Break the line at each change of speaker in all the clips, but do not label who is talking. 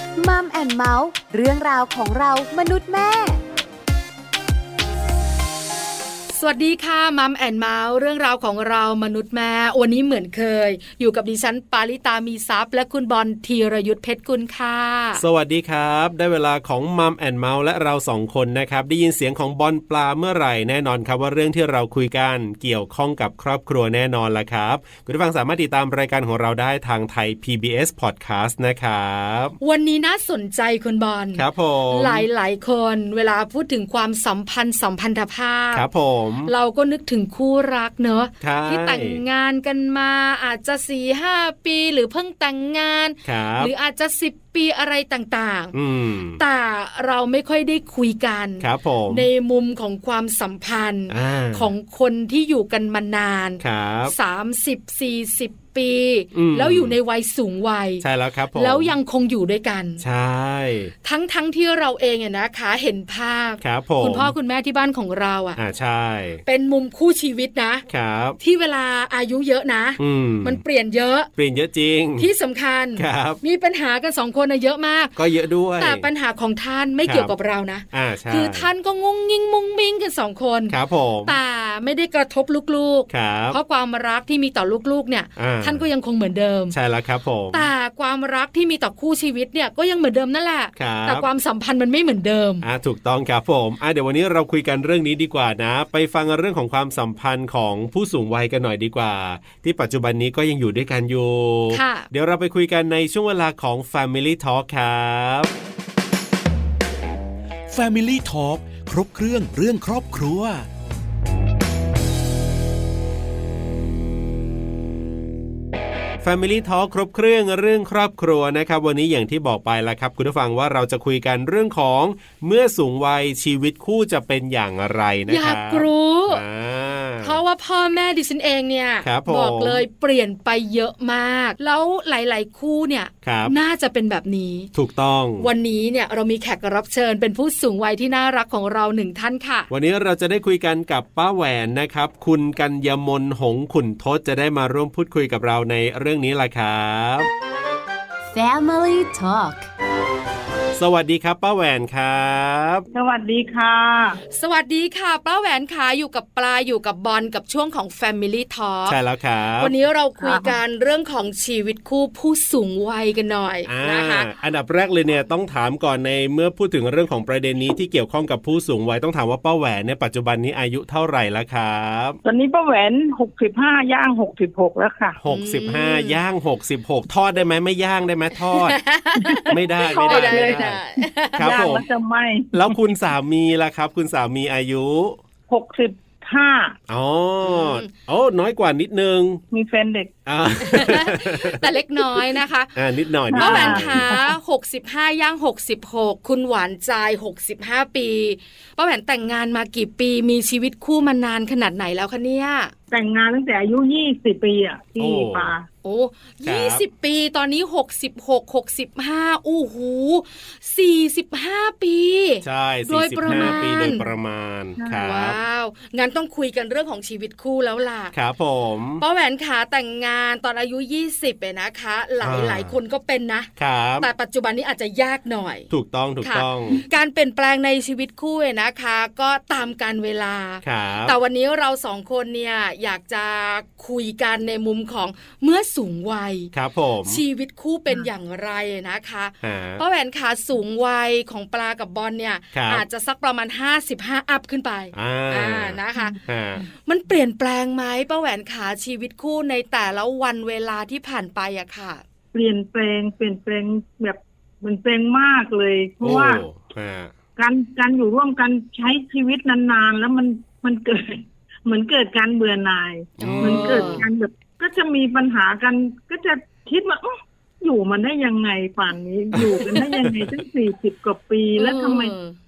มัมแอนด์เมาส์เรื่องราวของเรามนุษย์แม่
สวัสดีค่ะมัมแอนด์เมาส์เรื่องราวของเรามนุษย์แม่วันนี้เหมือนเคยอยู่กับดิฉันปาริตามีซัพย์และคุณบอลธีรยุทธเพชรกุลค่ะ
สวัสดีครับได้เวลาของมัมแอนด์เมาส์และเราสองคนนะครับได้ยินเสียงของบอลปลาเมื่อไหร่แน่นอนครับว่าเรื่องที่เราคุยกันเกี่ยวข้องกับครอบครัวแน่นอนละครับคุณผู้ฟังสามารถติดตามรายการของเราได้ทางไทย PBS Podcast นะครับ
วันนี้น่าสนใจคุณบอล
ครับผม
หลายคนเวลาพูดถึงความสัมพันธภาพ
ครับผม
เราก็นึกถึงคู่รักเนอะที่แต่งงานกันมาอาจจะ 4-5 ปีหรือเพิ่งแต่งงานหรืออาจจะ10 ปีอะไรต่างๆแต่เราไม่ค่อยได้คุยกันในมุมของความสัมพันธ์ของคนที่อยู่กันมานาน30-40 ปีแล้วอยู่ในวัยสูงวัย
ใช่แล้วครับผม
แล้วยังคงอยู่ด้วยกัน
ใช่
ทั้งที่เราเองเนี่ยนะคะเห็นภาพคุณพ่อคุณแม่ที่บ้านของเรา
ใช่
เป็นมุมคู่ชีวิตนะครับที่เวลาอายุเยอะนะมันเปลี่ยนเยอะ
จริง
ที่สำคัญมีปัญหากัน2 คนเยอะมาก
ก็เยอะด้วย
แต่ปัญหาของท่านไม่เกี่ยวกับเรานะคือท่านก็งงงิงมุงมิงกัน2 คน
ครับผม
แต่ไม่ได้กระทบลูกๆเพราะความรักที่มีต่อลูกๆเนี่ยท่านก็ยังคงเหมือนเดิม
ใช่แล้วครับผม
แต่ความรักที่มีต่อคู่ชีวิตเนี่ยก็ยังเหมือนเดิมนั่นแหละแต่ความสัมพันธ์มันไม่เหมือนเดิม
ถูกต้องครับผมเดี๋ยววันนี้เราคุยกันเรื่องนี้ดีกว่านะไปฟังเรื่องของความสัมพันธ์ของผู้สูงวัยกันหน่อยดีกว่าที่ปัจจุบันนี้ก็ยังอยู่ด้วยกันอยู่เดี๋ยวเราไปคุยกันในช่วงเวลาของ Family Talk ครับ
Family Talk ครบเครื่องเรื่องครอบครัว
Family Talk ครบเครื่องเรื่องครอบครัวนะครับวันนี้อย่างที่บอกไปแล้วครับคุณผู้ฟังว่าเราจะคุยกันเรื่องของเมื่อสูงวัยชีวิตคู่จะเป็นอย่างไรนะครับ
อยากรู้เพราะว่าพ่อแม่ดิฉันเองเนี่ยบอกเลยเปลี่ยนไปเยอะมากแล้วหลายๆคู่เนี่ยน่าจะเป็นแบบนี้
ถูกต้อง
วันนี้เนี่ยเรามีแขกรับเชิญเป็นผู้สูงวัยที่น่ารักของเรา1 ท่านค่ะ
วันนี้เราจะได้คุยกันกับป้าแหวนนะครับคุณกัญญมลหงส์ขุนทศจะได้มาร่วมพูดคุยกับเราในเรื่องนี้แหละครับ
Family Talk
สวัสดีครับป้าแหวนครับ
สวัสดีค่ะ
สวัสดีค่ะป้าแหวนค่ะอยู่กับปลาอยู่กับบอลกับช่วงของ Family Talk
ใช่แล้วครับ
วันนี้เราคุยกันเรื่องของชีวิตคู่ผู้สูงวัยกันหน่อยนะคะ
อันดับแรกเลยเนี่ยต้องถามก่อนในเมื่อพูดถึงเรื่องของประเด็นนี้ที่เกี่ยวข้องกับผู้สูงวัยต้องถามว่าป้าแหวนในปัจจุบันนี้อายุเท่าไหร่แล้วครับ
ตอนนี้ป้าแหวน65ย่าง66แล้วค่ะ
65ย่าง66ทอดได้ไหมไม่ย่างได้ไหมทอด ไม่ได้ครับผมแล้วคุณสามีล่ะครับคุณสามีอายุ
65
อ๋อน้อยกว่านิดนึง
มีแฟนเด็ก
แต่เล็กน้อยนะคะ
นิดหน่อย
ป้าแหวนคะ65ย่าง66คุณหวานใจ65ปีป้าแหวนแต่งงานมากี่ปีมีชีวิตคู่มานานขนาดไหนแล้วคะเนี่ย
แต่งงานตั้งแต่อายุ20ปีอ่ะที่ปา
20 ปีตอนนี้66 65อู้หู45 ปี
ใช่45 ปีโดยประมาณครับ
ว้าวงั้นต้องคุยกันเรื่องของชีวิตคู่แล้วล่ะ
ครับผม
ป้าแหวนขาแต่งงานตอนอายุ20นะคะหลายคนก็เป็นนะครับแต่ปัจจุบันนี้อาจจะยากหน่อย
ถูกต้อง
การเปลี่ยนแปลงในชีวิตคู่นะคะก็ตามกาลเวลาแต่วันนี้เรา2 คนเนี่ยอยากจะคุยกันในมุมของเมื่อสูงวัย
ครับผม
ชีวิตคู่เป็นอย่างไรนะคะป้าแหวนขาสูงวัยของปลากับบอลเนี่ยอาจจะสักประมาณ55อัพขึ้นไปนะคะมันเปลี่ยนแปลงไหมป้าแหวนขาชีวิตคู่ในแต่ละวันเวลาที่ผ่านไปอะค่ะ
เปลี่ยนแปลงแบบมันเปลี่ยนมากเลยเพราะว่าการอยู่ร่วมกันใช้ชีวิตนานๆแล้วมันเกิดเหมือนเกิดการเบื่อหน่ายเหมือนเกิดการแบบก็จะมีปัญหากันก็จะคิดว่าอยู่มันได้ยังไงป่านนี้อยู่กันได้ยังไงตั้ง40 กว่าปีแล้วทำไมยิ่ง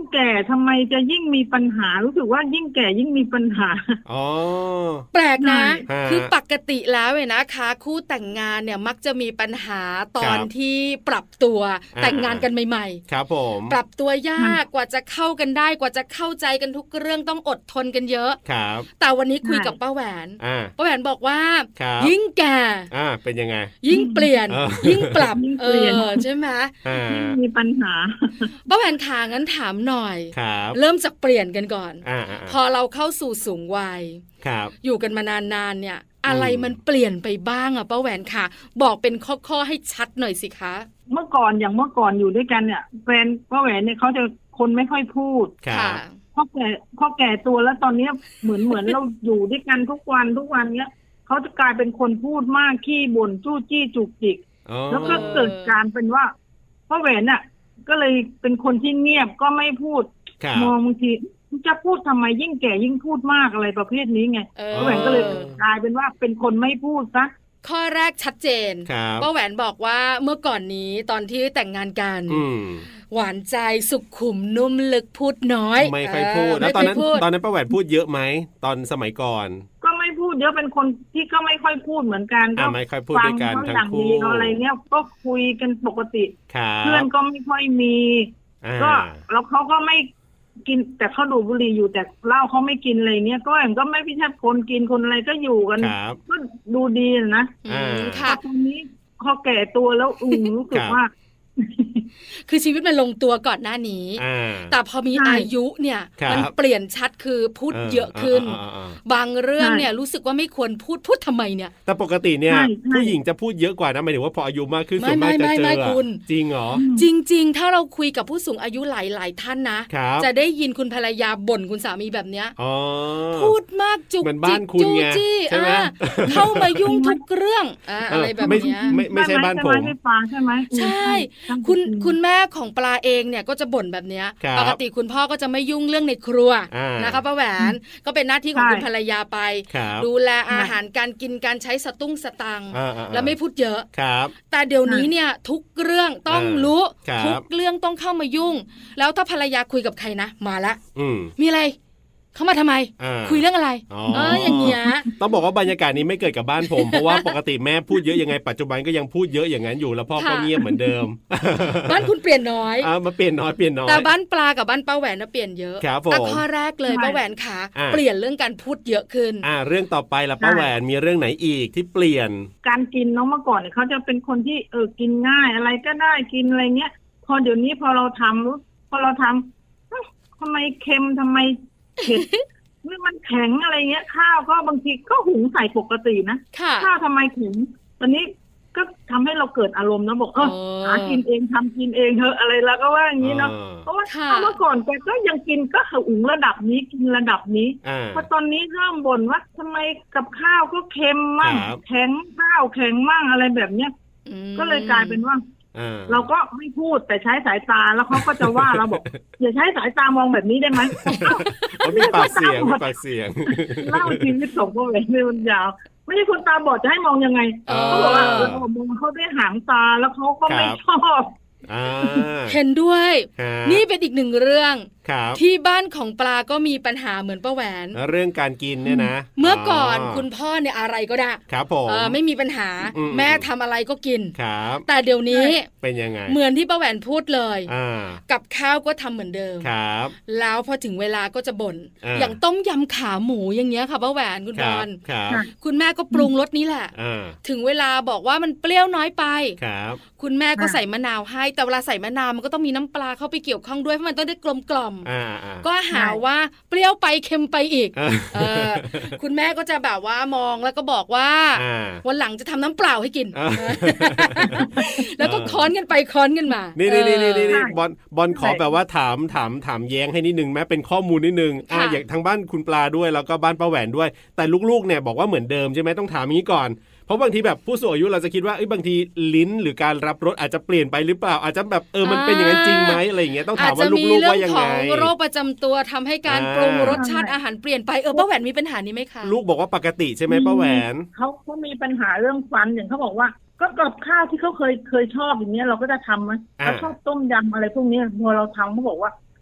แก่ทำไมจะยิ่งมีปัญหารู้สึกว่ายิ่งแก่ยิ่งมีปัญหา
อ๋อ
แปลกนะคือปกติแล้วเนี่ยนะคะคู่แต่งงานเนี่ยมักจะมีปัญหาตอนที่ปรับตัวแต่งงานกันใหม่ๆ
ครับผม
ปรับตัวยากกว่าจะเข้ากันได้กว่าจะเข้าใจกันทุกเรื่องต้องอดทนกันเยอะ
ครับ
แต่วันนี้คุยกับป้าแหวนป้าแหวนบอกว่ายิ่งแก่
เป็นยังไง
ยิ่งเปลี่ยนยิ่งปรับใช่ไหม
มีปัญหา
ป้าแหวนขางั้นถามหน่อยเริ่มจากเปลี่ยนกันก่อนพอเราเข้าสู่สูงวัยอยู่กันมานานๆเนี่ยอะไรมันเปลี่ยนไปบ้างป้าแหวนค่ะบอกเป็นข้อให้ชัดหน่อยสิคะ
เมื่อก่อนอยู่ด้วยกันเนี่ยแฟนป้าแหวนเนี่ยเขาจะคนไม่ค่อยพูดพอแก่ตัวแล้วตอนนี้เหมือนเราอยู่ด้วยกันทุกวันเนี้ยเขาจะกลายเป็นคนพูดมากขี้บ่นจู้จี้จุกจิกแล้วก็เกิดการเป็นว่าป้าแหวนน่ะก็เลยเป็นคนที่เงียบก็ไม่พูดมองบางทีจะพูดทำไมยิ่งแก่ยิ่งพูดมากอะไรประเภทนี้ไงป้าแหวนก็เลยกลายเป็นว่าเป็นคนไม่พูดซะ
ข้อแรกชัดเจนป้าแหวนบอกว่าเมื่อก่อนนี้ตอนที่แต่งงานกันหวานใจสุขุมนุ่มลึกพูดน้อย
ไม่ค่อยพูดแล้วตอนนั้นป้าแหวนพูดเยอะไหมตอนสมัยก่อน
ก็ไม่พูดเยอะเป็นคนที่ก็ไม่ค่อยพูดเหมือนกัน
ก็ไม่ค่อยพูดด้วยกันทั้งคู่
อะไรเนี้ยก็คุยกันปกติเพื่อนก็ไม่ค่อยมีก็แล้วเขาก็ไม่กินแต่เขาดูดบุหรี่อยู่แต่เหล้าเขาไม่กินอะไรเนี้ยก็อย่างก็ไม่พิจารณาคนกินคนอะไรก็อยู่กันก็ดูดีนะ
ค่ะ
ตอนนี้เขาแก่ตัวแล้วรู้สึกว่า
คือชีวิตมันลงตัวก่อนหน้านี้แต่พอมีอายุเนี่ยมันเปลี่ยนชัดคือพูดเยอะขึ้นบางเรื่องเนี่ยรู้สึกว่าไม่ควรพูดทำไมเนี่ย
แต่ปกติเนี่ยผู้หญิงจะพูดเยอะกว่านะหมายถึงว่าพออายุมากขึ้นส่วนมากจะเจอจริงเหรอ
จริงๆถ้าเราคุยกับผู้สูงอายุหลายๆท่านนะจะได้ยินคุณภรรยาบ่นคุณสามีแบบเนี้ยพูดมากจุกจิกจู้จี้เข้ามายุ่งทุกเรื่องอะไรแบบนี้
ไม่ใช่บ้านผม
ใช่คุณแม่ของปลาเองเนี่ยก็จะบ่นแบบนี้ปกติคุณพ่อก็จะไม่ยุ่งเรื่องในครัวนะคะป้าแหวนก็เป็นหน้าที่ของคุณภรรยาไปดูแลอาหารการกินการใช้สตุ้งสตังค์แล้วไม่พูดเยอะแต่เดี๋ยวนี้เนี่ยทุกเรื่องต้องรู้ทุกเรื่องต้องเข้ามายุ่งแล้วถ้าภรรยาคุยกับใครนะมาละมีอะไรเขามาทำไมคุยเรื่องอะไรอย่างเงี้ย
ต้องบอกว่าบรรยากาศนี้ไม่เกิดกับบ้านผมเพราะว่าปกติแม่พูดเยอะยังไงปัจจุบันก็ยังพูดเยอะอย่างนั้นอยู่แล้วพ่อก็เงียบเหมือนเดิม
บ้านคุณเปลี่ยนน้อย
มาเปลี่ยนน้อย
แต่บ้านปลากับบ้านป้าแหวนน่ะเปลี่ยนเยอะแต่ข้อแรกเลยป้าแหวนขาเปลี่ยนเรื่องการพูดเยอะขึ้น
เรื่องต่อไปล่ะป้าแหวนมีเรื่องไหนอีกที่เปลี่ยน
การกินน้องเมื่อก่อนเนี่ยเขาจะเป็นคนที่กินง่ายอะไรก็ได้กินอะไรเงี้ยพอเดี๋ยวนี้พอเราทำทำไมเค็มทำไมเผ็ดมันแข็งอะไรเงี้ยข้าวก็บางทีก็หุงใส่ปกตินะข้าวทำไมแข็งตอนนี้ก็ทำให้เราเกิดอารมณ์นะบอกหากินเองทำกินเองเถอะอะไรแล้วก็ว่าอย่างนี้เนาะเพราะว่าเมื่อก่อนแกก็ยังกินก็หุงระดับนี้กินระดับนี้พอตอนนี้เริ่มบ่นว่าทำไมกับข้าวก็เค็มมั่งแข็งข้าวแข็งมั่งอะไรแบบเนี้ยก็เลยกลายเป็นว่าเราก็ไม่พูดแต่ใช้สายตาแล้วเขาก็จะว่าเราบอกอย่าใช้สายตามองแบบนี้ได้ไหม
มีปากเสียง
เล่าชีวิตของพวกเราเนี่ยมันยาวไม่ใช่คนตาบอดจะให้มองยังไงเขาบอกว่าเรามองเขาด้วยหางตาแล้วเขาก็ไม่ชอบ
เห็นด้วยนี่เป็นอีกหนึ่งเรื่องที่บ้านของปลาก็มีปัญหาเหมือนป้าแหวน
เรื่องการกินเนี่ยนะ
เมื่อก่อนคุณพ่อเนี่ยอะไรก็ได้
ครับผม
ไม่มีปัญหาแม่ทำอะไรก็กิน
ครับ
แต่เดี๋ยวนี้
เป็นยังไง
เหมือนที่ป้าแหวนพูดเลยกับข้าวก็ทำเหมือนเดิม
ครับ
แล้วพอถึงเวลาก็จะบ่นอย่างต้มยำขาหมูอย่างเงี้ยค่ะป้าแหวนคุณบอลคุณแม่ก็ปรุงรสนี้แหละถึงเวลาบอกว่ามันเปรี้ยวน้อยไปคุณแม่ก็ใส่มะนาวให้แต่เวลาใส่มะนาวมันก็ต้องมีน้ำปลาเข้าไปเกี่ยวข้องด้วยเพราะมันต้องได้กลมกล่อมก็หาว่าเปรี้ยวไปเค็มไปอีกคุณแม่ก็จะแบบว่ามองแล้วก็บอกว่าวันหลังจะทำน้ำเปล่าให้กินแล้วก็ค้อนกันไปค้อนกันมา
นี่บอลขอแบบว่าถามแย้งให้นิดนึงแม้เป็นข้อมูลนิดนึงอย่างทางบ้านคุณปลาด้วยแล้วก็บ้านป้าแหวนด้วยแต่ลูกๆเนี่ยบอกว่าเหมือนเดิมใช่ไหมต้องถามอย่างนี้ก่อนเพราะบางทีแบบผู้สูงอายุเราจะคิดว่าบางทีลิ้นหรือการรับรสอาจจะเปลี่ยนไปหรือเปล่าอาจจะแบบมันเป็นอย่างนั้นจริงไหมอะไรอย่างเงี้ยต้องถามว่าลูกๆว่ายังไง
อาจจะมีเรื่องของโรคประจำตัวทำให้การปรุงรสชาติอาหารเปลี่ยนไปป้าแหวนมีปัญหานี้ไหมคะ
ลูกบอกว่าปกติใช่ไหมป้าแหวน
เขามีปัญหาเรื่องฟันอย่างเขาบอกว่าก็กับข้าวที่เขาเคยชอบอย่างเงี้ยเราก็จะทำมั้ยเขาชอบต้มยำอะไรพวกนี้พอเราทำเขาบอกว่า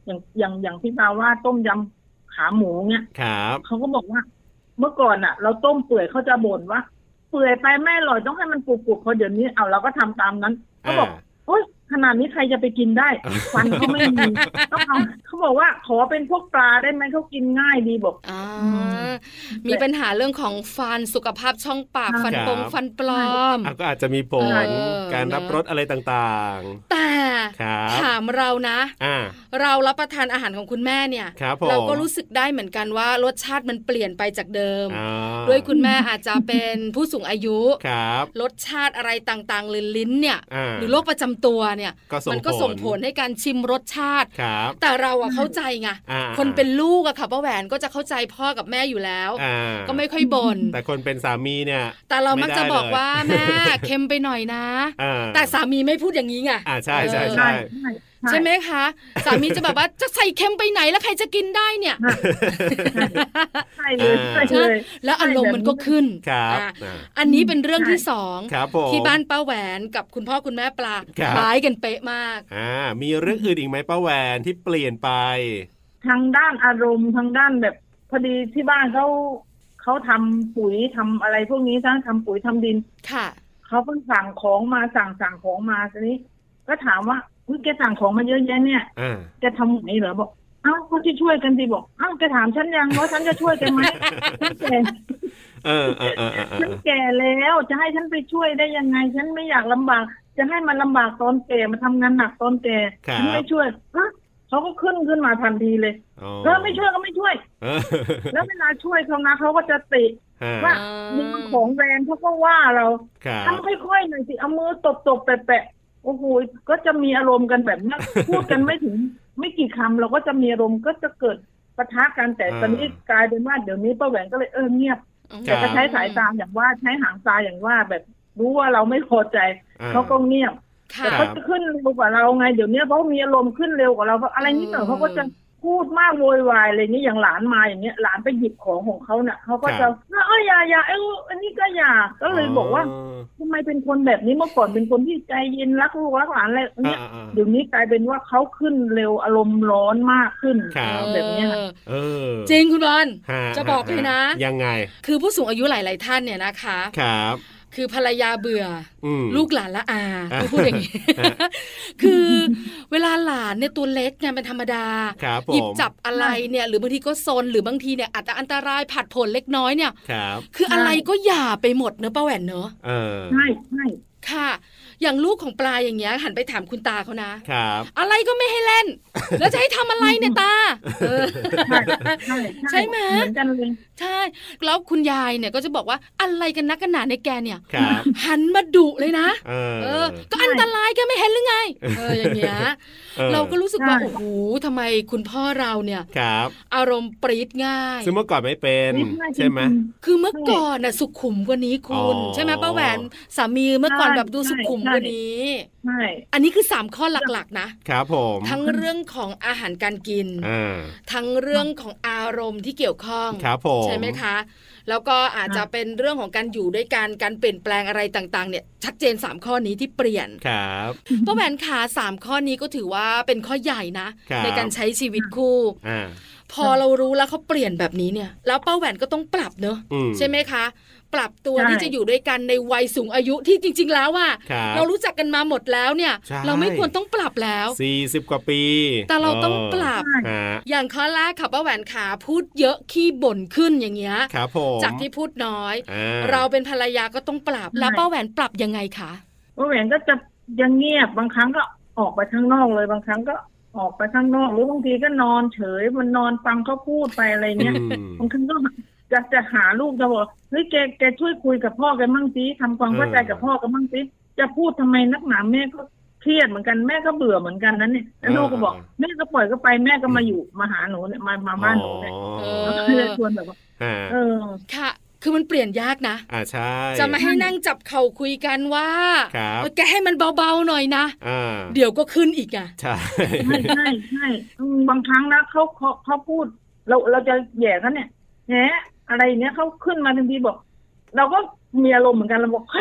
อย่างที่ปาว่าต้มยำขาหมูเนี่ย
ครับ
เขาก็บอกว่าเมื่อก่อนอ่ะเราต้มเปื่อยเขาจะบ่นว่าเปื่อยไปไม่อร่อยต้องให้มันกรุบๆพอเดี๋ยวนี้เราก็ทำตามนั้นเขาบอกโอ๊ยขนาดนี้ใครจะไปกินได้ฟันเขาไม่มีเขาบอกว่าขอเป็นพวกปลาได้ไหมเขากินง่ายดีบอก
มีปัญหาเรื่องของฟันสุขภาพช่องปากฟันปลอม
ก็อาจจะมีผลการรับรสอะไรต่าง
ๆแต่ถามเรานะเรารับประทานอาหารของคุณแม่เนี่ยเราก็รู้สึกได้เหมือนกันว่ารสชาติมันเปลี่ยนไปจากเดิมด้วยคุณแม่อาจจะเป็นผู้สูงอายุรสชาติอะไรต่างๆหรือลิ้นเนี่ยหรือโรคประจำตัวเนี่ยมันก็ส่งผลให้การชิมรสชาติแต่เราเข้าใจไงคนเป็นลูกอะค่ะป้าแหวนก็จะเข้าใจพ่อกับแม่อยู่แล้วก็ไม่ค่อยบ่น
แต่คนเป็นสามีเนี่ย
แต่เรามักจะบอกว่าแม่เค็มไปหน่อยนะแต่สามีไม่พูดอย่างนี้ไง
ใช่ใช่
ใช่ไหมคะสามีจะแบบว่าจะใส่เค็มไปไหนแล้วใครจะกินได้เนี่ย
ใช่เลย
แล้วอารมณ์มันก็ขึ้นอันนี้เป็นเรื่องที่สองที่บ้านป้าแหวนกับคุณพ่อคุณแม่ปลาคล้ายกันเป๊ะมาก
มีเรื่องอื่นอีกไหมป้าแหวนที่เปลี่ยนไป
ทางด้านอารมณ์ทางด้านแบบพอดีที่บ้านเขาทำปุ๋ยทำอะไรพวกนี้ทั้งทำปุ๋ยทำดิน
ค่ะ
เขาเพิ่งสั่งของมาสั่งของมาทีนี้ก็ถามว่าแกสั่งของมาเยอะแยะเนี่ยแกทำไหนเหรอบอกเขาจะช่วยกันสิบอกแกถามฉันยังว่าฉันจะช่วยกันไหมฉันแก่ฉันแก่แล้วจะให้ฉันไปช่วยได้ยังไงฉันไม่อยากลำบากจะให้มันลำบากตอนแก่มาทำงานหนักตอนแก่ฉันไม่ช่วยเขาก็ขึ้นมาทันทีเลยไม่ช่วยก็ไม่ช่วยแล้วเวลาช่วยเขานะเขาก็จะติว่ามึงของแรงเขาก็ว่าเราทำค่อยๆหน่อยสิเอามือตบแปะโอ้โหก็จะมีอารมณ์กันแบบนี้พูดกันไม่ถึงไม่กี่คำเราก็จะมีอารมณ์ก็จะเกิดปะทะกันแต่ตอนนี้กลายเป็นว่าเดี๋ยวนี้ป้าแหวนก็เลยเงียบแต่ก็ใช้สายตาอย่างว่าใช้หางตาอย่างว่าแบบรู้ว่าเราไม่พอใจเขาก็เงียบแต่เขาจะขึ้นเร็วกว่าเราไงเดี๋ยวนี้เขามีอารมณ์ขึ้นเร็วกว่าเราอะไรนิดหน่อยเขาก็จะพูดมากโวยวายอะไรนี้อย่างหลานมาอย่างเงี้ยหลานไปหยิบของเขาเนี่ยเขาก็จะอย่าอันนี้ก็อย่าก็เลยบอกว่าทำไมเป็นคนแบบนี้เมื่อก่อนเป็นคนที่ใจเย็นรักลูกรักหลานอะไรเนี่ยเดี๋ยวนี้กลายเป็นว่าเขาขึ้นเร็วอารมณ์ร้อนมากขึ้นแบบนี้
จริงคุณบอลจะบอกเลยนะ
ยังไง
คือผู้สูงอายุหลายๆท่านเนี่ยนะคะ
ครับ
คือภรรยาเบื่อลูกหลานละต้องพูดอย่างนี้คือเวลาหลานเนี่ยตัวเล็กเนี่ยเป็นธรรมดาหยิบจับอะไรเนี่ยหรือบางทีก็ซนหรือบางทีเนี่ยอาจจะอันตรายผัดผลเล็กน้อยเนี่ยคืออะไรก็หย่าไปหมดเนอะป้าแหวนเนอะ
ใช่
ค่ะอย่างลูกของปลาอย่างเงี้ยหันไปถามคุณตาเขานะครับอะไรก็ไม่ให้เล่นแล้วจะให้ทำอะไรเนี่ยตาใช่ไหม
เหมือนกันเลย
ใช่แล้วคุณยายเนี่ยก็จะบอกว่าอะไรกันนักกันหนาในแกเนี่ยหันมาดุเลยนะก็อันตรายแกไม่เห็นหรือไงอย่างเงี้ยเราก็รู้สึกว่าโอ้โหทำไมคุณพ่อเราเนี่ยอารมณ์ปรี๊ดง่าย
ซึ่งเมื่อก่อนไม่เป็นใช่ไหม
คือเมื่อก่อนน่ะสุขุมกว่านี้คุณใช่ไหมป้าแหวนสามีเมื่อก่อนแบบดูสุขุมกว่านี้
ใช่
อันนี้คือ3ข้อหลักๆ
นะครับผม
ทั้งเรื่องของอาหารการกินทั้งเรื่องของอารมณ์ที่เกี่ยวข้องใช่ไหมคะแล้วก็อาจจะเป็นเรื่องของการอยู่ด้วยกันการเปลี่ยนแปลงอะไรต่างๆเนี่ยชัดเจน3ข้อนี้ที่เปลี่ยน
ครับ
ป้าแหวนขา3ข้อนี้ก็ถือว่าเป็นข้อใหญ่นะในการใช้ชีวิตคู่พอเรารู้แล้วเขาเปลี่ยนแบบนี้เนี่ยแล้วป้าแหวนก็ต้องปรับเนอะใช่ไหมคะปรับตัวที่จะอยู่ด้วยกันในวัยสูงอายุที่จริงๆแล้วว่าเรารู้จักกันมาหมดแล้วเนี่ยเราไม่ควรต้องปรับแล้ว
40กว่าปี
แต่เราต้องปรับอย่างข้อแรกค่ะป้าแหวนขาพูดเยอะขี้บ่นขึ้นอย่างเงี้ยจากที่พูดน้อยเราเป็นภรรยาก็ต้องปรับแล้วป้าแหวนปรับยังไงคะ
ป้าแหวนก็จะยังเงียบบางครั้งก็ออกไปข้างนอกเลยบางครั้งก็ออกไปข้างนอกหรือบางทีก็นอนเฉยมันนอนฟังเขาพูดไปอะไรเงี้ยบางครั้งก็จะหาลูกจะบอกเฮ้ยแกช่วยคุยกับพ่อแกมั่งสิทำความเข้าใจกับพ่อแกมั่งสิจะพูดทำไมนักหนาแม่ก็เครียดเหมือนกันแม่ก็เบื่อเหมือนกันนั้นเนี่ยแล้วลูกก็บอกแม่ก็ปล่อยก็ไปแม่ก็มาอยู่มาหาหนูเนี่ยมาบ้านหนูเนี่ยก็เลยชวนแบบว่า
ค่ะคือมันเปลี่ยนยากนะ
ใช่
จะมาให้นั่งจับเข่าคุยกันว่าแกให้มันเบาๆหน่อยนะเดี๋ยวก็ขึ้นอีกอ่ะ
ใช่
ใช่บางครั้งนะเขาพูดเราจะแย่เขาเนี่ยแหมอะไรเนี้ยเขาขึ้นมาทันทีบอกเราก็มีอารมณ์เหมือนกันเราบอกเฮ้ย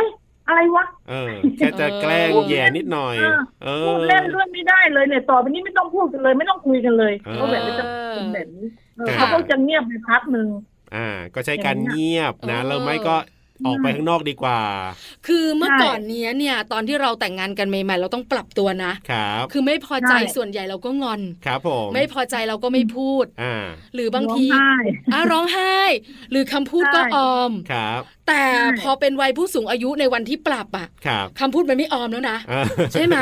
อะไรวะ
แค่จะแกล้งแย่นิดหน่อย
พูดเล่นด้วยไม่ได้เลยเนี่ยต่อไปนี้ไม่ต้องพูดกันเลยไม่ต้องคุยกันเลยเขาแบบจะเป็นแบบนี้เขาก็จะเงียบไปพักนึง
ก็ใช้การเงียบนะแล้วไม่ก็ออกไปข้างนอกดีกว่า
คือเมื่อก่อนนี้เนี่ยตอนที่เราแต่งงานกันใหม่ๆเราต้องปรับตัวนะครับคือไม่พอใจส่วนใหญ่เราก็งอน
ครับผม
ไม่พอใจเราก็ไม่พูดหรือบางทีร้องไห้หรือคำพูดก็ออม
ครับ
แต่พอเป็นวัยผู้สูงอายุในวันที่ปรับคำพูดมันไม่ออมแล้วนะใช่ไหม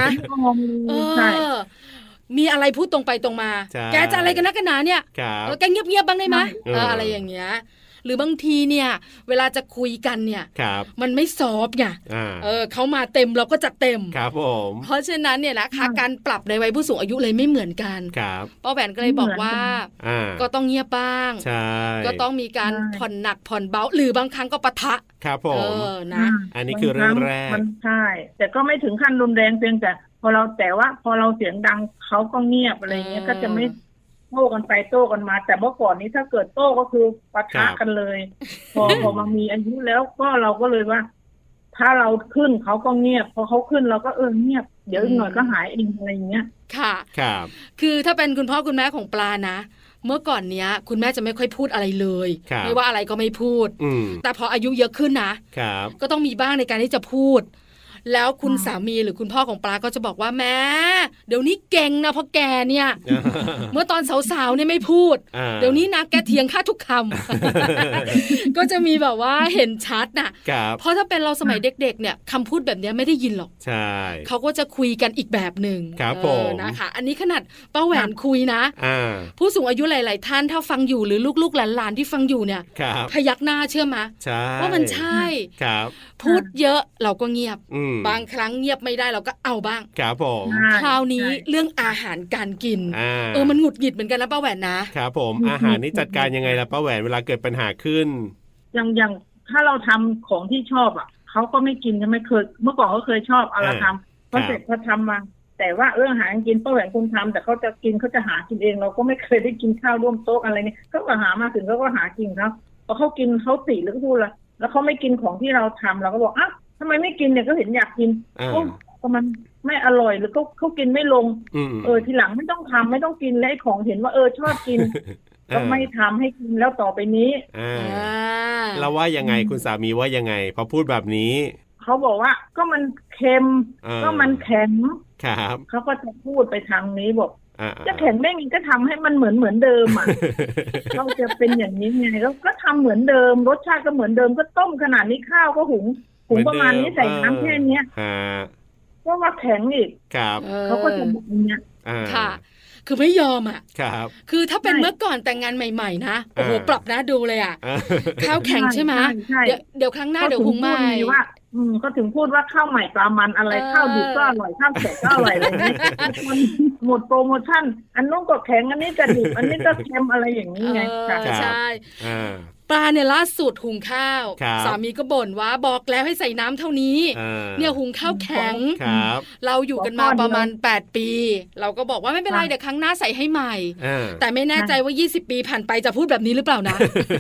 มีอะไรพูดตรงไปตรงมาแกจะอะไรกันนักกันหนาเนี่ยแกเงียบๆบ้างได้ไหมอะไรอย่างเงี้ยหรือบางทีเนี่ยเวลาจะคุยกันเนี่ยมันไม่ซอฟต์ไงเขามาเต็มเราก็จัดเต็ม
ครับผม
เพราะฉะนั้นเนี่ยนะคะการปรับในวัยผู้สูงอายุเลยไม่เหมือนกันป้าแหวนก็เลยบอกว่าก็ต้องเงียบบ้างก็ต้องมีการผ่อนหนักผ่อนเบาหรือบางครั้งก็ปะทะ
ครับผมนะอันนี้คือเรื่องแรก
ใช่แต่ก็ไม่ถึงขั้นรุนแรงเพียงแต่พอเราเสียงดังเขาก็เงียบอะไรเงี้ยก็จะไม่โต้กันไปโต้กันมาแต่เมื่อก่อนนี้ถ้าเกิดโต้ก็คือปะทะกันเลยพอมามีอายุแล้วก็เราก็เลยว่าถ้าเราขึ้นเขาก็เงียบพอเขาขึ้นเราก็เงียบเดี๋ยวอีกหน่อยก็หายเองอะไรอย่างเงี้ย
ค่ะครับคือถ้าเป็นคุณพ่อคุณแม่ของปลานะเมื่อก่อนเนี้ยคุณแม่จะไม่ค่อยพูดอะไรเลยไม่ว่าอะไรก็ไม่พูดแต่พออายุเยอะขึ้นนะก็ต้องมีบ้างในการที่จะพูดแล้วคุณสามีหรือคุณพ่อของปลาก็จะบอกว่าแม่เดี๋ยวนี้เก่งนะเพราะแกเนี่ย เมื่อตอนสาวๆเนี่ยไม่พูดเดี๋ยวนี้นะแกเถียงข้าทุกคำ ก็จะมีแบบว่าเห็นชัดน่ะเพราะถ้าเป็นเราสมัยเด็กๆเนี่ยคำพูดแบบนี้ไม่ได้ยินหรอก
ใช่
เขาก็จะคุยกันอีกแบบหนึ่งนะคะอันนี้ขนาดป้าแหวนคุยนะผู้สูงอายุหลายๆท่านถ้าฟังอยู่หรือลูกๆหลานๆที่ฟังอยู่เนี่ยพยักหน้าเชื่อไหมว่ามันใช่พูดเยอะเราก็เงียบบางครั้งเงียบไม่ได้เราก็เอาบ้าง
ครับผม
คราวนี้เรื่องอาหารการกินมันหงุดหงิดเหมือนกันนะป้าแหวนนะครับ
ผมอาหารนี่จัดการยังไงล่ะป้าแหวนเวลาเกิดปัญหาขึ้น
อย่างถ้าเราทำของที่ชอบเขาก็ไม่กินใช่ไหมเคยเมื่อก่อนเขาเคยชอบเอาเราทำพอเสร็จพอทำมาแต่ว่าอาหารกินป้าแหวนคุณทำแต่เขาจะกินเขาจะหากินเองเราก็ไม่เคยได้กินข้าวร่วมโต๊ะอะไรนี่เขาก็หามาถึงเขาก็หากินเขาพอเขากินเขาติแล้วก็พูดละแล้วเขาไม่กินของที่เราทำเราก็บอกทำไมไม่กินเนี่ยก็เห็นอยากกินก็มันไม่อร่อยหรือเขากินไม่ลงทีหลังไม่ต้องทำไม่ต้องกินและของเห็นว่าชอบกินก็ไม่ทำให้กินแล้วต่อไปนี้
เราว่ายังไงคุณสามีว่ายังไงพอพูดแบบนี้
เขาบอกว่าก็มันเค็มก็มันแข็ง
ครับ
เขาก็จะพูดไปทางนี้บอกจะแข็งได้ไงก็ทำให้มันเหมือนเดิมเราจะเป็นอย่างนี้ไงก็ทำเหมือนเดิมรสชาติก็เหมือนเดิมก็ต้มขนาดนี้ข้าวก็หุงประมาณนี้ใส่น้ำแค่นี้ก็ว่าแข็งอีกเขาก็จะแบบนี้
ค่ะคือไม่ยอม
ครับ
คือถ้าเป็นเมื่อก่อนแต่งงานใหม่ๆนะโอ้โหปรับนะดูเลยข้าวแข็งใช่ไหมเดี๋ยวครั้งหน้าเดี๋ยวหุงใหม่
ก็ถึงพูดว่าข้าวใหม่ปลามันอะไรข้าวดิบก็อร่อยข้าวแข็งก็อร่อยอะไรนี้หมดโปรโมชั่นอันนู้นก็แข็งอันนี้จะดิบอันนี้ก็เค็มอะไรอย่างนี้ไง
ใช่ปลาเนี่ยล่าสุดหุงข้าวสามีก็บ่นว่าบอกแล้วให้ใส่น้ำเท่านี้เนี่ยหุงข้าวแข็งเราอยู่กันมาประมาณ8ปีเราก็บอกว่าไม่เป็นไรเดี๋ยวครั้งหน้าใส่ให้ใหม่แต่ไม่แน่ใจว่า20ปีผ่านไปจะพูดแบบนี้หรือเปล่านะ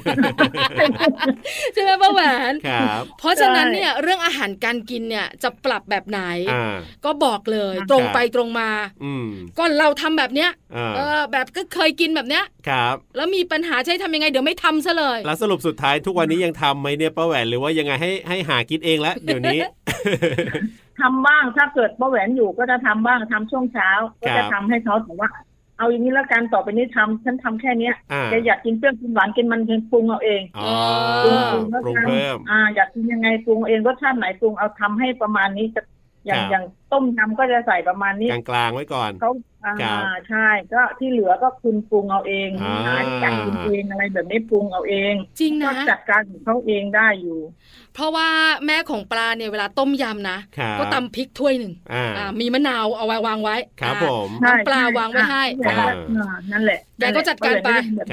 ใช่ไหมป้าแหวนเพราะฉะนั้นเนี่ยเรื่องอาหารการกินเนี่ยจะปรับแบบไหนก็บอกเลยตรงไปตรงมาก็เราทำแบบเนี้ยแบบก็เคยกินแบบเนี้ยแล้วมีปัญหาใช่ทำยังไงเดี๋ยวไม่ทำซะเลย
แล้วสรุปสุดท้ายทุกวันนี้ยังทำไหมเนี่ยป้าแหวนหรือว่ายังไงให้หากินเองแล้วเดี๋ยวนี้
ทำบ้างถ้าเกิดป้าแหวนอยู่ก็จะทำบ้างทำช่วงเช้าก็จะทำให้เขาแต่ว่าเอาอย่างนี้แล้วกันต่อไปนี้ฉันทำแค่เนี้ยแกอยากกินเปรี้ยวกินหวานกินมันปรุงเอาเอง
ปรุงเพิ่ม
อยากกินยังไงปรุงเองรสชาติไหนปรุงเอาทำให้ประมาณนี้จะอย่างต้มยำก็จะใส่ประมาณนี้
กลางๆไว้ก่อน
เขาใช่ก็ที่เหลือก็คุณปรุงเอาเองจัดกินเองอะไรแบบนี้ปรุงเอาเอง
จริงนะ
จัดการของเขาเองได้อยู่
เพราะว่าแม่ของปลาเนี่ยเวลาต้มยำนะก็ตำพริกถ้วยหนึ่งมีมะนาวเอาไว้วางไว้
ครับผม
ปลาวางไว้ให้
นั่นแหละ
แกก็จัดการไป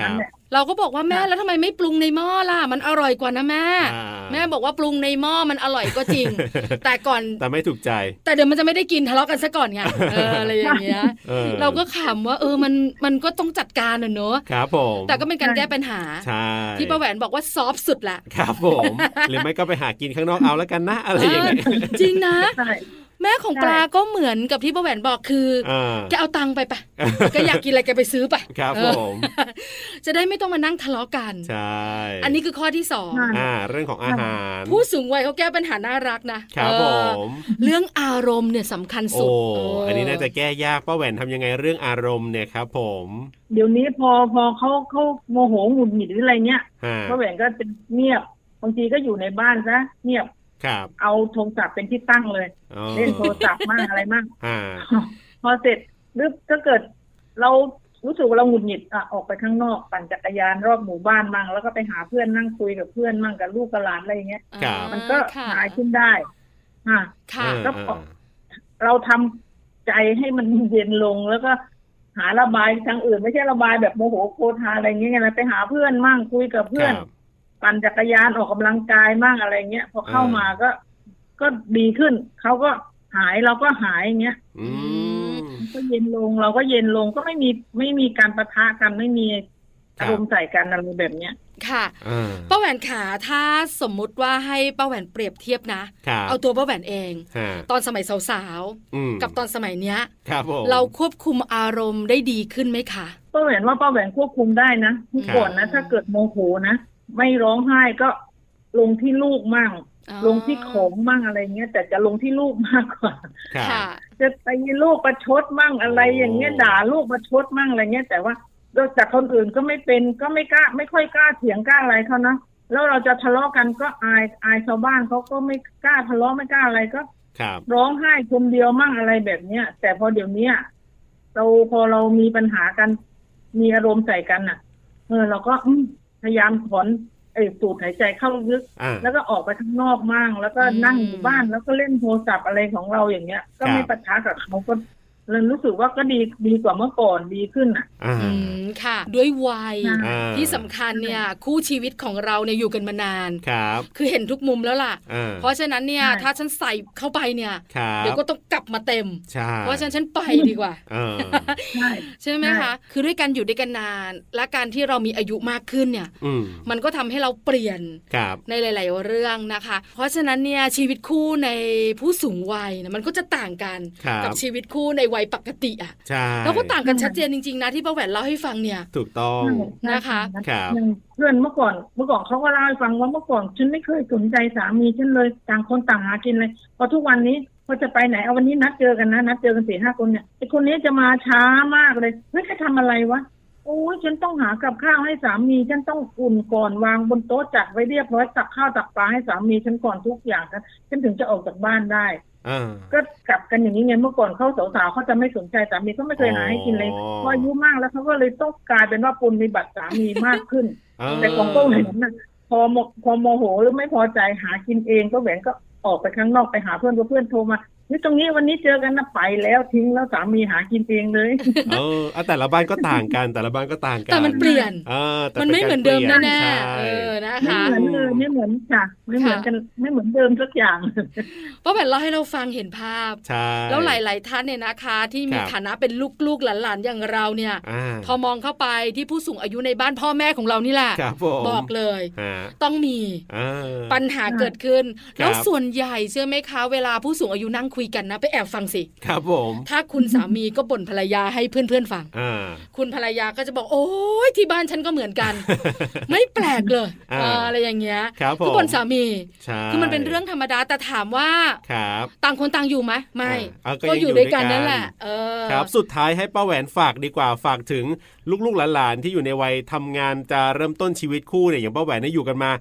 เราก็บอกว่าแม่แล้วทำไมไม่ปรุงในหม้อล่ะมันอร่อยกว่านะแม่แม่บอกว่าปรุงในหม้อมันอร่อยก็จริง แต่ก่อน
แต่ไม่ถูกใจ
แต่เดี๋ยวมันจะไม่ได้กินทะเลาะกันซะก่อนไงอะไรอย่างเงี้ยเราก็ขำว่ามันก็ต้องจัดการเนอะ
ครับผม
แต่ก็เป็นการแก้ปัญหาที่ป้าแหวนบอกว่าซอฟสุดแหละ
ครับผมหรือไม่ก็ไปหากินข้างนอกเอาแล้วกันนะอะไรอย่างเงี้ย
จริงนะแม่ของปลาก็เหมือนกับที่ป้าแหวนบอกคือแกเอาตังค์ไปแกอยากกินอะไรแกไปซื้อไป
ครับผม
จะได้ไม่ต้องมานั่งทะเลาะกัน
ใช่
อันนี้คือข้อที่2
เรื่องของอาหาร
ผู้สูงวัยเขาแก้ปัญหาน่ารักนะครับ
ผม
เรื่องอารมณ์เนี่ยสำคัญสุด
อันนี้น่าจะแก้ยากป้าแหวนทำยังไงเรื่องอารมณ์เนี่ยครับผม
เดี๋ยวนี้พอเขาโมโหหงุดหงิดหรืออะไรเงี้ยป้าแหวนก็เป็นเงียบบางทีก็อยู่ในบ้านซะเงียบเอาโทรศัพท์เป็นที่ตั้งเลยเล่นโทรศัพท์มากอะไรมากพอเสร็จหรือถ้าเกิดเรารู้สึกว่าเราหงุดหงิดออกไปข้างนอกปั่นจักรยานรอบหมู่บ้านมั่งแล้วก็ไปหาเพื่อนนั่งคุยกับเพื่อนมั่งกับลูกกับหลานอะไรอย่างเงี้ยมันก็หายขึ้นได้ก็เราทำใจให้มันเย็นลงแล้วก็หาระบายทางอื่นไม่ใช่ระบายแบบโมโหโกรธอะไรเงี้ยนะไปหาเพื่อนมั่งคุยกับเพื่อนปั่นจักรยานออกกำลังกายมั่งอะไรเงี้ยพอเข้ามาก็ดีขึ้นเขาก็หายเราก็หายอย่างเงี้ยก็เย็นลงเราก็เย็นลงก็ไม่มีการปะทะกันไม่มีอารมณ์ใส่กันอะไรแบบเนี้ย
ค่ะป้าแหวนขาถ้าสมมุติว่าให้ป้าแหวนเปรียบเทียบนะเอาตัวป้าแหวนเองตอนสมัยสาวๆกับตอนสมัยเนี้ยเราควบคุมอารมณ์ได้ดีขึ้นไหมคะ
ป้าแหวนว่าป้าแหวนควบคุมได้นะเมื่อก่อนนะถ้าเกิดโมโหนะไม่ร้องไห้ก็ลงที่ลูกมั่งลงที่ของมั่งอะไรเงี้ยแต่จะลงที่ลูกมากกว่าจะไปลูกประชดมั่งอะไรอย่างเงี้ยด่าลูกประชดมั่งอะไรเงี้ยแต่ว่าจากคนอื่นก็ไม่เป็นก็ไม่กล้าไม่ค่อยกล้าเถียงกล้าอะไรเขานะแล้วเราจะทะเลาะกันก็อายชาวบ้านเขาก็ไม่กล้าทะเลาะไม่กล้าอะไรก็ร้องไห้คนเดียวมั่งอะไรแบบเนี้ยแต่พอเดี๋ยวนี้พอเรามีปัญหากันมีอารมณ์ใส่กันอ่ะเราก็พยายามถอนสูดหายใจเข้าลึกแล้วก็ออกไปข้างนอกมั่งแล้วก็นั่งอยู่บ้านแล้วก็เล่นโทรศัพท์อะไรของเราอย่างเงี้ยก็ไม่ปะทะกับเขาก็เลยรู้สึกว่าก็ดีกว่าเมื่อก่อนดีขึ้นอ่ะ
ค่ะด้วยวัยที่สำคัญเนี่ยคู่ชีวิตของเราเนี่ยอยู่กันมานานคือเห็นทุกมุมแล้วล่ะเพราะฉะนั้นเนี่ยถ้าฉันใส่เข้าไปเนี่ยเดี๋ยวก็ต้องกลับมาเต็มเพราะฉะนั้นฉันไปดีกว่าใช่ไหมคะคือด้วยกันอยู่ด้วยกันนานและการที่เรามีอายุมากขึ้นเนี่ยมันก็ทำให้เราเปลี่ยนในหลายๆเรื่องนะคะเพราะฉะนั้นเนี่ยชีวิตคู่ในผู้สูงวัยมันก็จะต่างกันกับชีวิตคู่ในวัยปกติอ่ะแล้วก็ต่างกันชัดเจนจริงๆนะที่ป้าแหวนเล่าให้ฟังเนี่ย
ถูกต้อง
นะคะ
เพื่อนเมื่อก่อนเขาก็เล่าให้ฟังว่าเมื่อก่อนฉันไม่เคยสนใจสามีฉันเลยต่างคนต่างหากินเลยพอทุกวันนี้พอจะไปไหนเอาวันนี้นัดเจอกันนะนัดเจอกัน 4-5 คนเนี่ยไอ้คนนี้จะมาช้ามากเลยเฮ้ยจะทำอะไรวะโอ้ยฉันต้องหากับข้าวให้สามีฉันต้องอุ่นก่อนวางบนโต๊ะจัดไว้เรียบร้อยตักข้าวตักปลาให้สามีฉันก่อนทุกอย่างฉันถึงจะออกจากบ้านได้ก็กลับกันอย่างนี้ไงเมื่อก่อนเขาสาวๆเขาจะไม่สนใจสามีเขาไม่เคยหาให้กินเลยพออายุมากแล้วเขาก็เลยต้องกลายเป็นว่าปนมีบัตรสามีมากขึ้นแต่ของป้าแหวนน่ะพอโมโหหรือไม่พอใจหากินเองป้าแหวนก็ออกไปข้างนอกไปหาเพื่อนเพื่อนโทรมานี่ตรงนี้วันนี้เจอกันนะไปแล้วทิ้งแล้วสามีหากินเองเลย
แต่ละบ้านก็ต่างกันแต่ละบ้านก็ต่างกัน
แต่มันเปลี่ยนมันไม่เหมือนเดิมแน่ๆนะคะ
ไม่เหมือนค่ะไม่เหมือนกันไม่เหมือนเดิมสักอย่าง
ป้าแหวนเล่าให้เราฟังเห็นภาพแล้วหลายๆท่านเนี่ยนะคะที่มีฐานะเป็นลูกๆหลานๆอย่างเราเนี่ยพอมองเข้าไปที่ผู้สูงอายุในบ้านพ่อแม่ของเรานี่แหละบอกเลยต้องมีปัญหาเกิดขึ้นแล้วส่วนใหญ่เชื่อไหมคะเวลาผู้สูงอายุนั่งคุยกันนะไปแอบฟังสิ
ครับผม
ถ้าคุณสามีก็บ่นภรรยาให้เพื่อนๆฟังคุณภรรยาก็จะบอกโอ้ยที่บ้านฉันก็เหมือนกัน ไม่แปลกเลยอะไรอย่างเงี้ยคือบ่นสามีคือมันเป็นเรื่องธรรมดาแต่ถามว่าต่างคนต่างอยู่ไหมไม่ก็อยู่ด้วยกันนั่นแหละ
ครับสุดท้ายให้ป้าแหวนฝากดีกว่าฝากถึงลูกๆหลานๆที่อยู่ในวัยทำงานจะเริ่มต้นชีวิตคู่เนี่ยอย่างป้าแหวนเนี่ยอยู่กันมา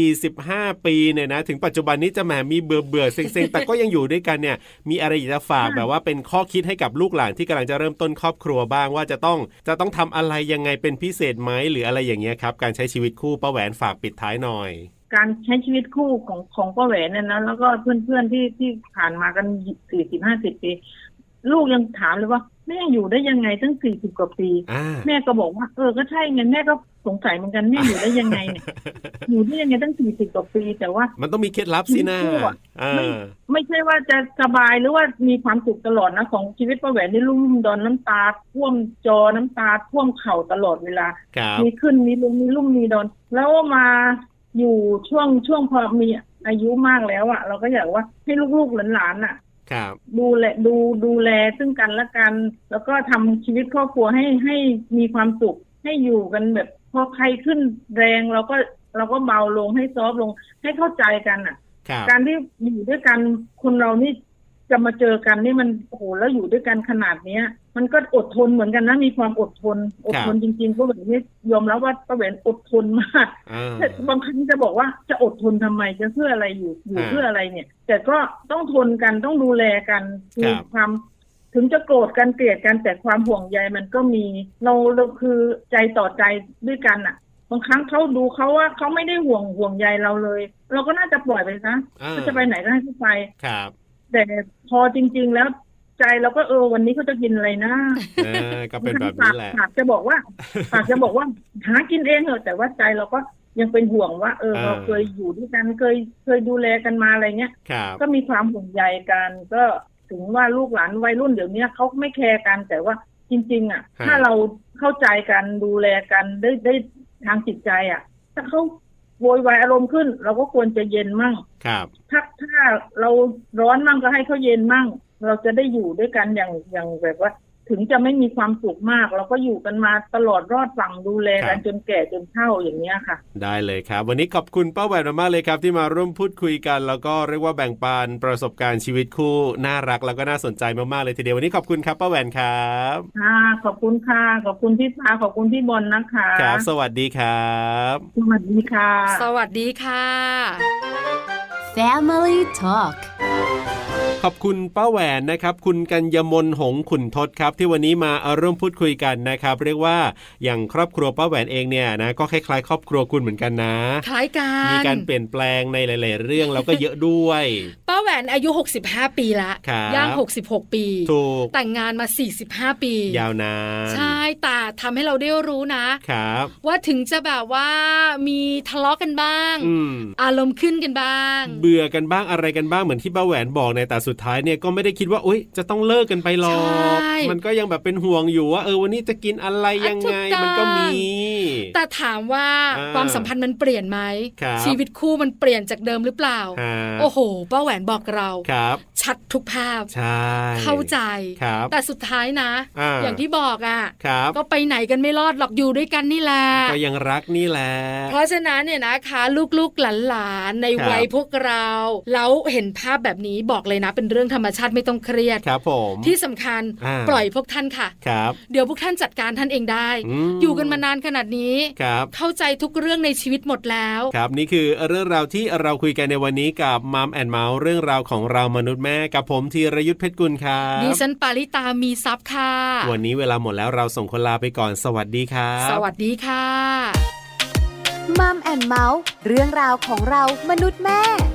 45ปีเนี่ยนะถึงปัจจุบันนี้จะแหมมีเบื่อเซ็งๆแต่ก็ยังอยู่ด้วยกันเนี่ยมีอะไรอยากจะฝากแบบว่าเป็นข้อคิดให้กับลูกหลานที่กำลังจะเริ่มต้นครอบครัวบ้างว่าจะต้องทำอะไรยังไงเป็นพิเศษไหมหรืออะไรอย่างเงี้ยครับการใช้ชีวิตคู่ป้าแหวนฝากปิดท้ายหน่อย
การใช้ชีวิตคู่ของป้าแหวนเนี่ยนะแล้วก็เพื่อนๆที่ผ่านมากัน40-50 ปีลูกยังถามเลยว่าแม่อยู่ได้ยังไงตั้ง40 กว่าปีแม่ก็บอกว่าก็ใช่ไงแม่ก็สงสัยเหมือนกันแม่อยู่ได้ยังไงเนี่ยอยู่ได้ยังไงตั้ง40 กว่าปีแต่ว่า
มันต้องมีเคล็ดลับสินะ
ไม่ใช่ว่าจะสบายหรือว่ามีความสุขตลอดนะของชีวิตป้าแหวนนี่ลุ่มดอนน้ำตาท่วมจอน้ำตาท่วมเข่าตลอดเวลามีขึ้นมีลงมีลุ่มมีดอนแล้วมาอยู่ช่วงพอมีอายุมากแล้วเราก็อยากว่าให้ลูกๆหลานๆดูแลซึ่งกันและกันแล้วก็ทำชีวิตครอบครัวให้มีความสุขให้อยู่กันแบบพอใครขึ้นแรงเราก็เบาลงให้ซอฟลงให้เข้าใจกันการที่อยู่ด้วยกันคนเรานี่จะมาเจอกันนี่มันโอ้โหแล้วอยู่ด้วยกันขนาดเนี้ยมันก็อดทนเหมือนกันนะมีความอดทนจริงๆก็แบบนี้ยอมรับว่าป้าแหวนอดทนมากแต่บางครั้งจะบอกว่าจะอดทนทำไมจะเพื่ออะไรอยู่เพื่ออะไรเนี่ยแต่ก็ต้องทนกันต้องดูแลกันคือความถึงจะโกรธกันเกลียดกันแต่ความห่วงใยมันก็มีเราคือใจต่อใจด้วยกันบางครั้งเขาดูเขาว่าเขาไม่ได้ห่วงใยเราเลยเราก็น่าจะปล่อยไปซะเขาจะไปไหนก็ให้เขาไปแต่พอจริงๆแล้วใจเราก็วันนี้เขาจะกินอะไรนะ
ก็เป็นแบบนี้แหละ
ปากจะบอกว่าหากินเองเถอะแต่ว่าใจเราก็ยังเป็นห่วงว่าเราเคยอยู่ด้วยกันเคยดูแลกันมาอะไรเงี้ยก็มีความห่วงใยกันก็ถึงว่าลูกหลานวัยรุ่นเดี๋ยวนี้เขาไม่แคร์กันแต่ว่าจริงๆถ้าเราเข้าใจกันดูแลกันได้ทางจิตใจถ้าเขาโวยวายอารมณ์ขึ้นเราก็ควรจะเย็นมั่งถ้าเราร้อนมั่งก็ให้เขาเย็นมั่งเราจะได้อยู่ด้วยกันอย่างแบบว่าถึงจะไม่มีความสุขมากเราก็อยู่กันมาตลอดรอดฝั่งดูแลกันจนแก่จนเฒ่าอย่างนี้ค่ะ
ได้เลยครับวันนี้ขอบคุณป้าแหวนมากเลยครับที่มาร่วมพูดคุยกันแล้วก็เรียกว่าแบ่งปันประสบการณ์ชีวิตคู่น่ารักแล้วก็น่าสนใจมากๆเลยทีเดียววันนี้ขอบคุณครับป้าแหวนครับ
ขอบคุณค่ะขอบคุณพี่ปาขอบคุณพี่บอลนะคะ
ครับสวัสดีครับ
สวัสดีค่ะ
สวัสดีค่ะ
Family Talk
ขอบคุณป้าแหวนนะครับคุณกัญญมลหงส์ขุนทศครับที่วันนี้มาร่วมพูดคุยกันนะครับเรียกว่าอย่างครอบครัวป้าแหวนเองเนี่ยนะก็คล้ายๆครอบครัวคุณเหมือนกันนะ
คล้ายกัน
มีการเปลี่ยนแปลงในหลายๆเรื่องแล้วก็เยอะด้วย
ป้าแหวนอายุ65ปีละย่าง66ปี
ถูก
แต่งงานมา45ปี
ยาวนาน
ใช่แต่ทำให้เราได้รู้นะครับว่าถึงจะแบบว่ามีทะเลาะกันบ้างอารมณ์ขึ้นกันบ้าง
เบื่อกันบ้างอะไรกันบ้างเหมือนที่ป้าแหวนบอกในแต่สุดท้ายเนี่ยก็ไม่ได้คิดว่าอุ๊ยจะต้องเลิกกันไปหรอกมันก็ยังแบบเป็นห่วงอยู่ว่าวันนี้จะกินอะไรยังไงมันก็มี
แต่ถามว่าความสัมพันธ์มันเปลี่ยนไหมชีวิตคู่มันเปลี่ยนจากเดิมหรือเปล่าโอ้โหป้าแหวนบอกเราชัดทุกภาพเข้าใจแต่สุดท้ายนะอย่างที่บอกก็ไปไหนกันไม่รอดหรอกอยู่ด้วยกันนี่แหละ
ก็ยังรักนี่แหละ
เพราะฉะนั้นเนี่ยนะคะลูกๆหลานๆในวัยพวกเราแล้วเห็นภาพแบบนี้บอกเลยนะเป็นเรื่องธรรมชาติไม่ต้องเครียด
ครับผม
ที่สำคัญปล่อยพวกท่านค่ะเดี๋ยวพวกท่านจัดการท่านเองได้อยู่กันมานานขนาดนี้เข้าใจทุกเรื่องในชีวิตหมดแล้ว
ครับนี่คือเรื่องราวที่เราคุยกันในวันนี้กับมัมแอนด์เมาส์เรื่องราวของเรามนุษย์แม่กับผมธีรยุทธเพชรกุลครับ
ดิฉันปาริตามีซับค่ะ
วันนี้เวลาหมดแล้วเราส่งคนลาไปก่อนสวัสดีครับ
สวัสดีค่ะ
มัมแอนด์เมาส์เรื่องราวของเรามนุษย์แม่